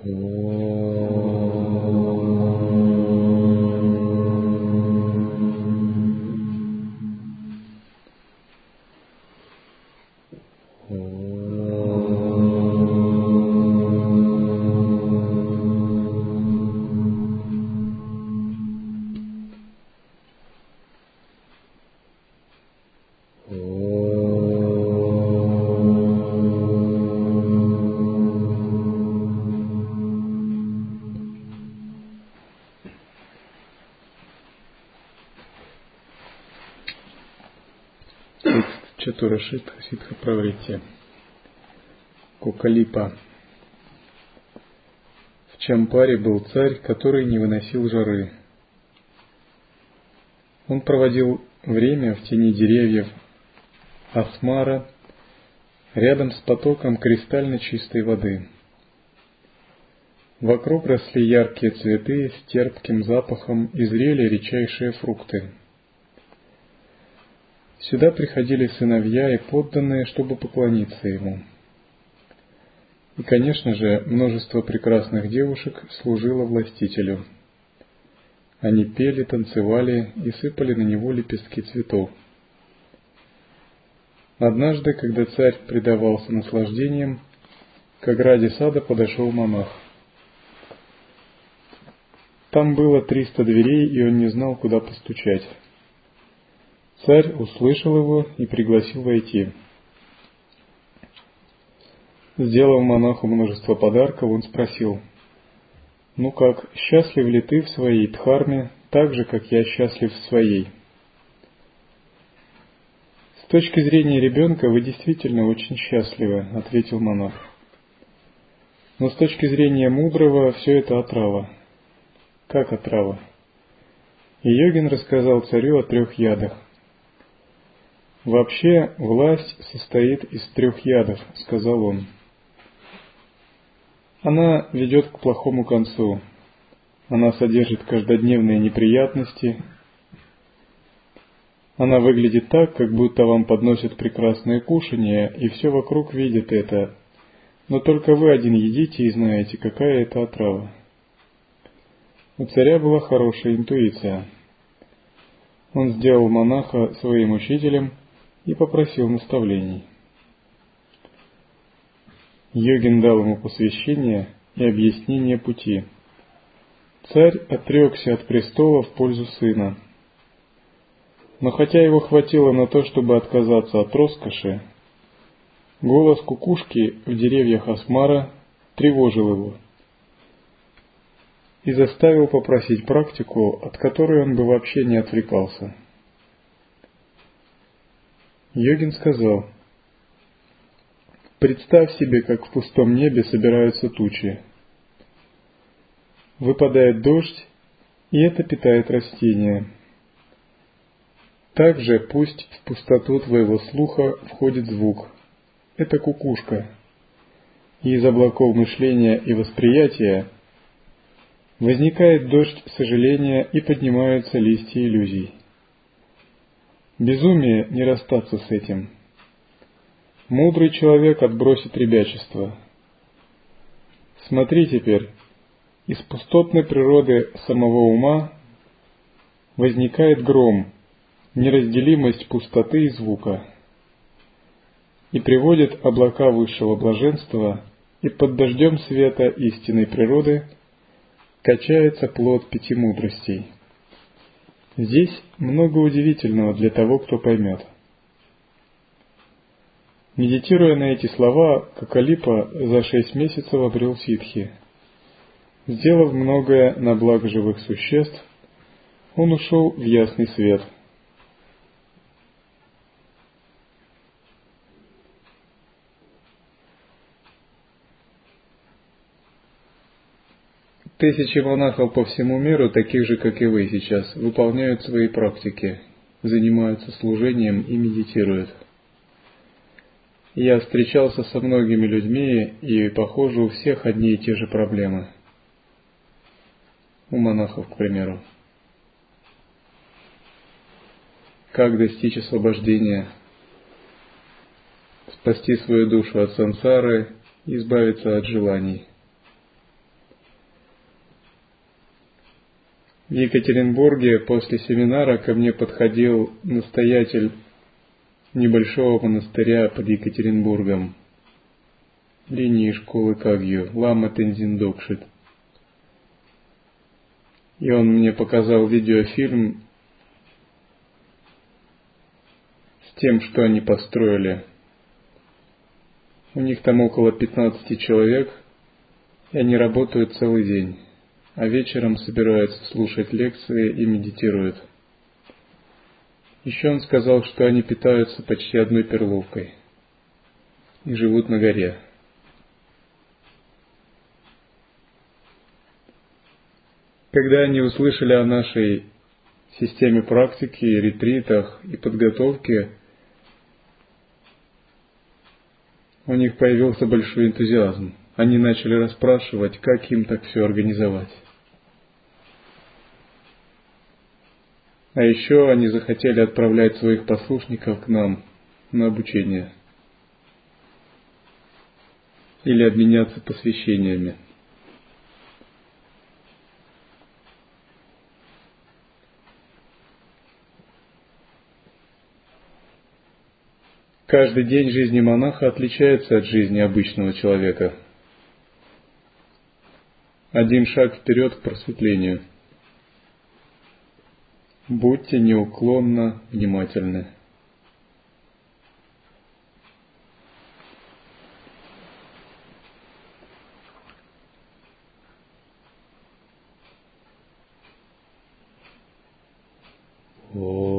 Чатурашит Ситха Праврити. Кукалипа. В Чампаре был царь, который не выносил жары. Он проводил время в тени деревьев Асмара, рядом с потоком кристально чистой воды. Вокруг росли яркие цветы с терпким запахом и зрели редчайшие фрукты. Сюда приходили сыновья и подданные, чтобы поклониться ему. И, конечно же, множество прекрасных девушек служило властителю. Они пели, танцевали и сыпали на него лепестки цветов. Однажды, когда царь предавался наслаждениям, к ограде сада подошел монах. Там было 300 дверей, и он не знал, куда постучать. Царь услышал его и пригласил войти. Сделав монаху множество подарков, он спросил: «Ну как, счастлив ли ты в своей дхарме, так же, как я счастлив в своей?» «С точки зрения ребенка вы действительно очень счастливы», — ответил монах. «Но с точки зрения мудрого все это отрава». «Как отрава?» И йогин рассказал царю о 3 ядах. «Вообще, власть состоит из 3 ядов», — сказал он. «Она ведет к плохому концу. Она содержит каждодневные неприятности. Она выглядит так, как будто вам подносят прекрасное кушанье, и все вокруг видит это. Но только вы один едите и знаете, какая это отрава». У царя была хорошая интуиция. Он сделал монаха своим учителем и попросил наставлений. Йогин дал ему посвящение и объяснение пути. Царь отрекся от престола в пользу сына. Но хотя его хватило на то, чтобы отказаться от роскоши, голос кукушки в деревьях Асмара тревожил его и заставил попросить практику, от которой он бы вообще не отвлекался. Йогин сказал: «Представь себе, как в пустом небе собираются тучи. Выпадает дождь, и это питает растения. Также пусть в пустоту твоего слуха входит звук. Это кукушка. И из облаков мышления и восприятия возникает дождь сожаления и поднимаются листья иллюзий. Безумие не расстаться с этим. Мудрый человек отбросит ребячество. Смотри теперь, из пустотной природы самого ума возникает гром, неразделимость пустоты и звука, и приводит облака высшего блаженства, и под дождем света истинной природы качается плод 5 мудростей. Здесь много удивительного для того, кто поймет». Медитируя на эти слова, Кукалипа за 6 месяцев обрел ситхи. Сделав многое на благо живых существ, он ушел в ясный свет. Тысячи монахов по всему миру, таких же, как и вы сейчас, выполняют свои практики, занимаются служением и медитируют. Я встречался со многими людьми, и, похоже, у всех одни и те же проблемы. У монахов, к примеру. Как достичь освобождения, спасти свою душу от сансары и избавиться от желаний. В Екатеринбурге после семинара ко мне подходил настоятель небольшого монастыря под Екатеринбургом, линии школы Кагью, Лама Тензин Докшит. И он мне показал видеофильм с тем, что они построили. У них там около 15 человек, и они работают целый день, а вечером собираются слушать лекции и медитируют. Еще он сказал, что они питаются почти одной перловкой и живут на горе. Когда они услышали о нашей системе практики, ретритах и подготовки, у них появился большой энтузиазм. Они начали расспрашивать, как им так все организовать. А еще они захотели отправлять своих послушников к нам на обучение или обменяться посвящениями. Каждый день жизни монаха отличается от жизни обычного человека. Один шаг вперед к просветлению. Будьте неуклонно внимательны. О